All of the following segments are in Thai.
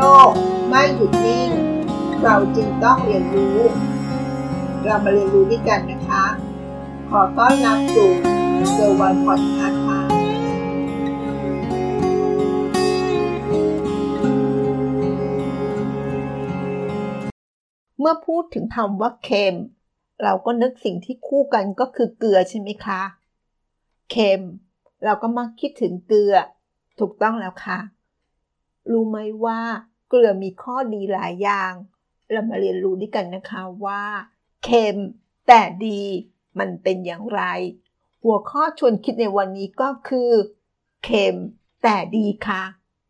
กไม่หยุดนิ่งเราจึงต้องเรียนรู้เรามาเรียนรู้ด้วยกันนะคะขอต้อนรับสู่เซอร์วันพอดคาสต์ค่ะเมื่อพูดถึงคำว่าเค็มเราก็นึกสิ่งที่คู่กันก็คือเกลือใช่ไหมคะเค็มเราก็มักคิดถึงเกลือถูกต้องแล้วค่ะรู้ไหมว่าเกลือมีข้อดีหลายอย่างเรามาเรียนรู้ด้วยกันนะคะว่าเค็มแต่ดีมันเป็นอย่างไรหัวข้อชวนคิดในวันนี้ก็คือเค็มแต่ดีค่ะ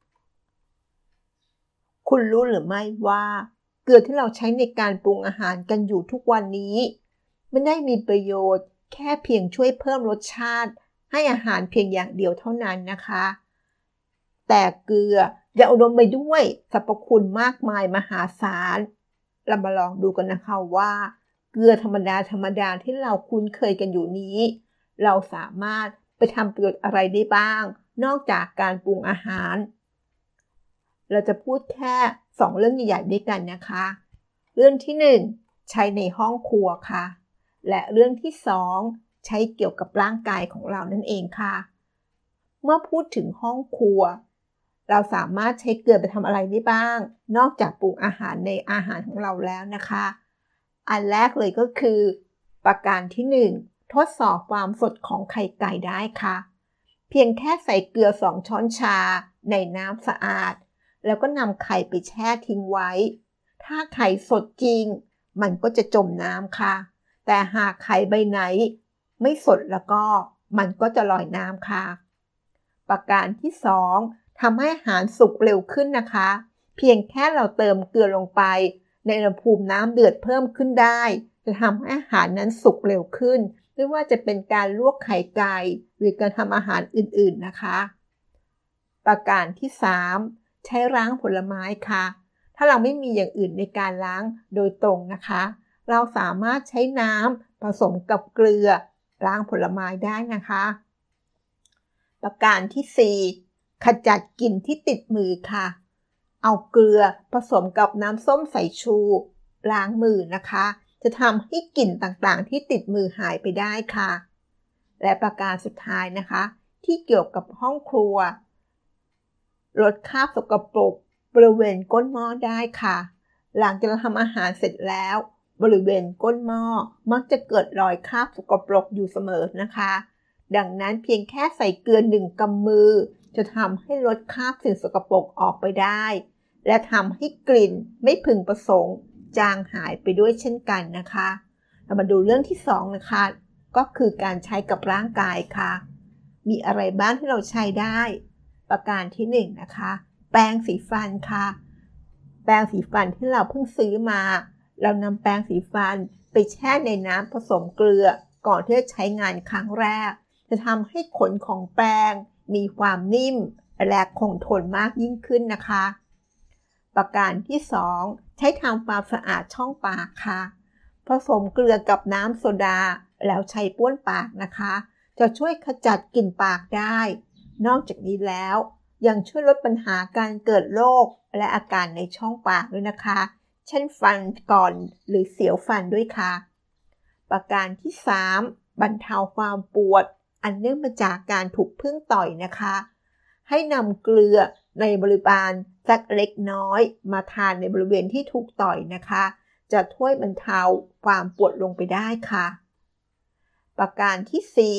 คุณรู้หรือไม่ว่าเกลือที่เราใช้ในการปรุงอาหารกันอยู่ทุกวันนี้ไม่ได้มีประโยชน์แค่เพียงช่วยเพิ่มรสชาติให้อาหารเพียงอย่างเดียวเท่านั้นนะคะแต่เกลือยังอุดมไปด้วยสรรพคุณมากมายมหาศาลเรามาลองดูกันนะคะว่าเกลือธรรมดาที่เราคุ้นเคยกันอยู่นี้เราสามารถไปทำประโยชน์อะไรได้บ้างนอกจากการปรุงอาหารเราจะพูดแค่2เรื่องใหญ่ๆด้วยกันนะคะเรื่องที่1ใช้ในห้องครัวค่ะและเรื่องที่2ใช้เกี่ยวกับร่างกายของเรานั่นเองค่ะเมื่อพูดถึงห้องครัวเราสามารถใช้เกลือไปทำอะไรได้บ้างนอกจากปรุงอาหารในอาหารของเราแล้วนะคะอันแรกเลยก็คือประการที่1ทดสอบความสดของไข่ไก่ได้ค่ะเพียงแค่ใส่เกลือ2ช้อนชาในน้ำสะอาดแล้วก็นำไข่ไปแช่ทิ้งไว้ถ้าไข่สดจริงมันก็จะจมน้ำค่ะแต่หากไข่ใบไหนไม่สดแล้วก็มันก็จะลอยน้ำค่ะประการที่2ทำให้อาหารสุกเร็วขึ้นนะคะเพียงแค่เราเติมเกลือลงไปในอุณหภูมิน้ำเดือดเพิ่มขึ้นได้จะทำให้อาหารนั้นสุกเร็วขึ้นไม่ว่าจะเป็นการลวกไข่ไก่หรือการทำอาหารอื่นๆนะคะประการที่3ใช้ล้างผลไม้ค่ะถ้าเราไม่มีอย่างอื่นในการล้างโดยตรงนะคะเราสามารถใช้น้ำผสมกับเกลือล้างผลไม้ได้นะคะประการที่4ขจัดกลิ่นที่ติดมือค่ะเอาเกลือผสมกับน้ำส้มสายชูล้างมือนะคะจะทำให้กลิ่นต่างๆที่ติดมือหายไปได้ค่ะและประการสุดท้ายนะคะที่เกี่ยวกับห้องครัวลดคราบสกปรกบริเวณก้นหม้อได้ค่ะหลังจากเราทำอาหารเสร็จแล้วบริเวณก้นหม้อมักจะเกิดรอยคราบสกปรกอยู่เสมอนะคะดังนั้นเพียงแค่ใส่เกลือ1กำมือจะทำให้ลดคราบสิ่งสกปรกออกไปได้และทำให้กลิ่นไม่พึงประสงค์จางหายไปด้วยเช่นกันนะคะเรามาดูเรื่องที่2นะคะก็คือการใช้กับร่างกายค่ะมีอะไรบ้างที่เราใช้ได้ประการที่1นะคะแปรงสีฟันค่ะแปรงสีฟันที่เราเพิ่งซื้อมาเรานำแปรงสีฟันไปแช่ในน้ำผสมเกลือก่อนที่จะใช้งานครั้งแรกจะทำให้ขนของแปรงมีความนิ่มและคงทนมากยิ่งขึ้นนะคะประการที่2ใช้ทำความสะอาดช่องปากค่ะผสมเกลือกับน้ำโซดาแล้วใช้บ้วนปากนะคะจะช่วยขจัดกลิ่นปากได้นอกจากนี้แล้วยังช่วยลดปัญหาการเกิดโรคและอาการในช่องปากด้วยนะคะเช่นฟันก่อนหรือเสียวฟันด้วยค่ะประการที่3บรรเทาความปวดอันเนื่องมาจากการถูกผึ้งต่อยนะคะให้นำเกลือในบริเวณสักเล็กน้อยมาทานในบริเวณที่ถูกต่อยนะคะจะช่วยบรรเทาความปวดลงไปได้ค่ะประการที่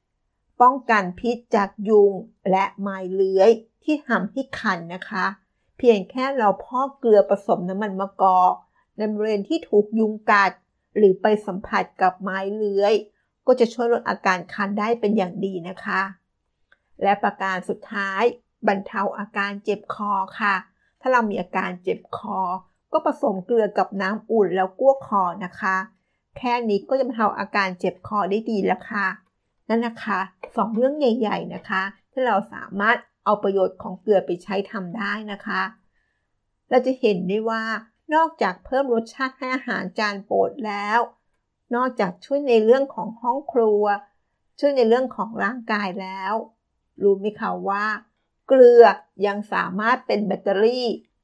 4ป้องกันพิษจากยุงและไม้เลื้อยที่ทำให้คันนะคะเพียงแค่เราพอกเกลือผสมน้ำมันมะกอกในบริเวณที่ถูกยุงกัดหรือไปสัมผัสกับไม้เลื้อยก็จะช่วยลดอาการคันได้เป็นอย่างดีนะคะและประการสุดท้ายบรรเทาอาการเจ็บคอค่ะถ้าเรามีอาการเจ็บคอก็ผสมเกลือกับน้ำอุ่นแล้วคั่วคอนะคะแค่นี้ก็จะบรรเทาอาการเจ็บคอได้ดีแล้วค่ะนั่นนะคะ2เรื่องใหญ่ๆนะคะที่เราสามารถเอาประโยชน์ของเกลือไปใช้ทำได้นะคะเราจะเห็นได้ว่านอกจากเพิ่มรสชาติให้อาหารจานโปรดแล้วนอกจากช่วยในเรื่องของห้องครัวช่วยในเรื่องของร่างกายแล้วรู้ไหมคะว่าเกลือยังสามารถเป็นแบตเตอรี่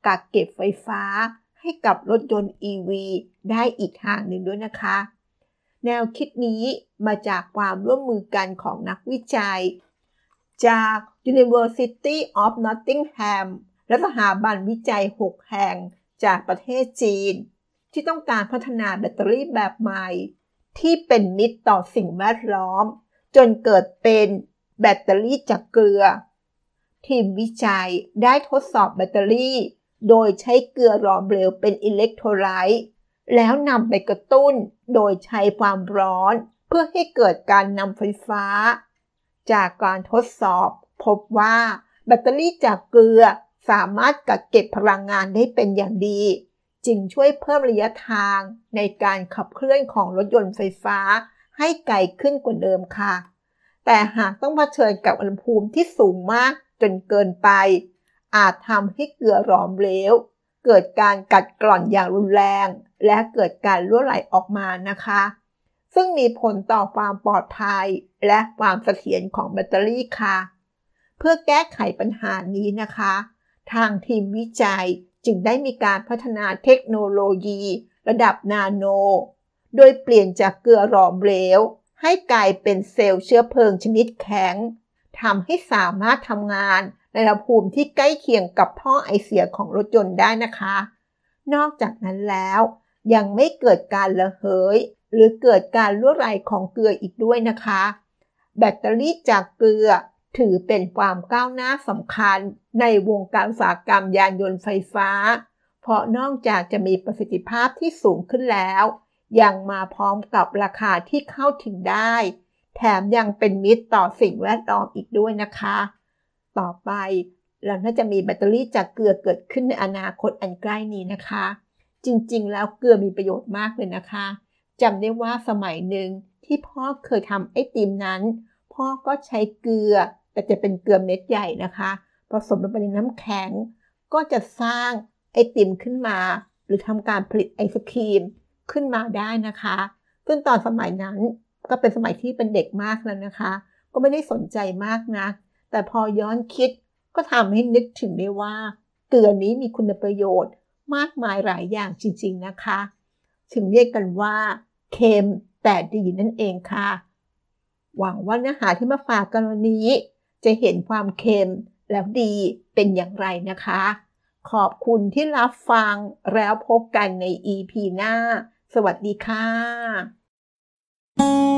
กักเก็บไฟฟ้าให้กับรถยนต์ EV ได้อีกทางหนึ่งด้วยนะคะแนวคิดนี้มาจากความร่วมมือกันของนักวิจัยจาก University of Nottingham และสถาบันวิจัย 6 แห่งจากประเทศจีนที่ต้องการพัฒนาแบตเตอรี่แบบใหม่ที่เป็นมิตรต่อสิ่งแวดล้อมจนเกิดเป็นแบตเตอรี่จากเกลือทีมวิจัยได้ทดสอบแบตเตอรี่โดยใช้เกลือหลอมเหลวเป็นอิเล็กโทรไลต์แล้วนำไปกระตุ้นโดยใช้ความร้อนเพื่อให้เกิดการนำไฟฟ้าจากการทดสอบพบว่าแบตเตอรี่จากเกลือสามารถกักเก็บพลังงานได้เป็นอย่างดีจึงช่วยเพิ่มระยะทางในการขับเคลื่อนของรถยนต์ไฟฟ้าให้ไกลขึ้นกว่าเดิมค่ะแต่หากต้องเผชิญกับอุณหภูมิที่สูงมากจนเกินไปอาจทำให้เกลือหลอมเหลวเกิดการกัดกร่อนอย่างรุนแรงและเกิดการรั่วไหลออกมานะคะซึ่งมีผลต่อความปลอดภัยและความเสถียรของแบตเตอรี่ค่ะเพื่อแก้ไขปัญหานี้นะคะทางทีมวิจัยจึงได้มีการพัฒนาเทคโนโลยีระดับนาโนโดยเปลี่ยนจากเกลือหลอมเหลวให้กลายเป็นเซลล์เชื้อเพลิงชนิดแข็งทำให้สามารถทำงานในอุณหภูมิที่ใกล้เคียงกับท่อไอเสียของรถยนต์ได้นะคะนอกจากนั้นแล้วยังไม่เกิดการระเหยหรือเกิดการรั่วไหลของเกลืออีกด้วยนะคะแบตเตอรี่จากเกลือถือเป็นความก้าวหน้าสำคัญในวงการอุตสาหกรรมยานยนต์ไฟฟ้าเพราะนอกจากจะมีประสิทธิภาพที่สูงขึ้นแล้วยังมาพร้อมกับราคาที่เข้าถึงได้แถมยังเป็นมิตรต่อสิ่งแวดล้อมอีกด้วยนะคะต่อไปเราน่าจะมีแบตเตอรี่จากเกลือเกิดขึ้นในอนาคตอันใกล้นี้นะคะจริงๆแล้วเกลือมีประโยชน์มากเลยนะคะจำได้ว่าสมัยหนึ่งที่พ่อเคยทำไอติมนั้นพ่อก็ใช้เกลือแต่จะเป็นเกลือเม็ดใหญ่นะคะผสมลงไปในน้ำแข็งก็จะสร้างไอติมขึ้นมาหรือทำการผลิตไอศกรีมขึ้นมาได้นะคะซึ่งตอนสมัยนั้นก็เป็นสมัยที่เป็นเด็กมากแล้วนะคะก็ไม่ได้สนใจมากนักแต่พอย้อนคิดก็ทำให้นึกถึงได้ว่าเกลือนี้มีคุณประโยชน์มากมายหลายอย่างจริงๆนะคะถึงเรียกกันว่าเค็มแต่ดีนั่นเองค่ะหวังว่าเนื้อหาที่มาฝากกันวันนี้จะเห็นความเค็มแล้วดีเป็นอย่างไรนะคะขอบคุณที่รับฟังแล้วพบกันใน EP หน้าสวัสดีค่ะ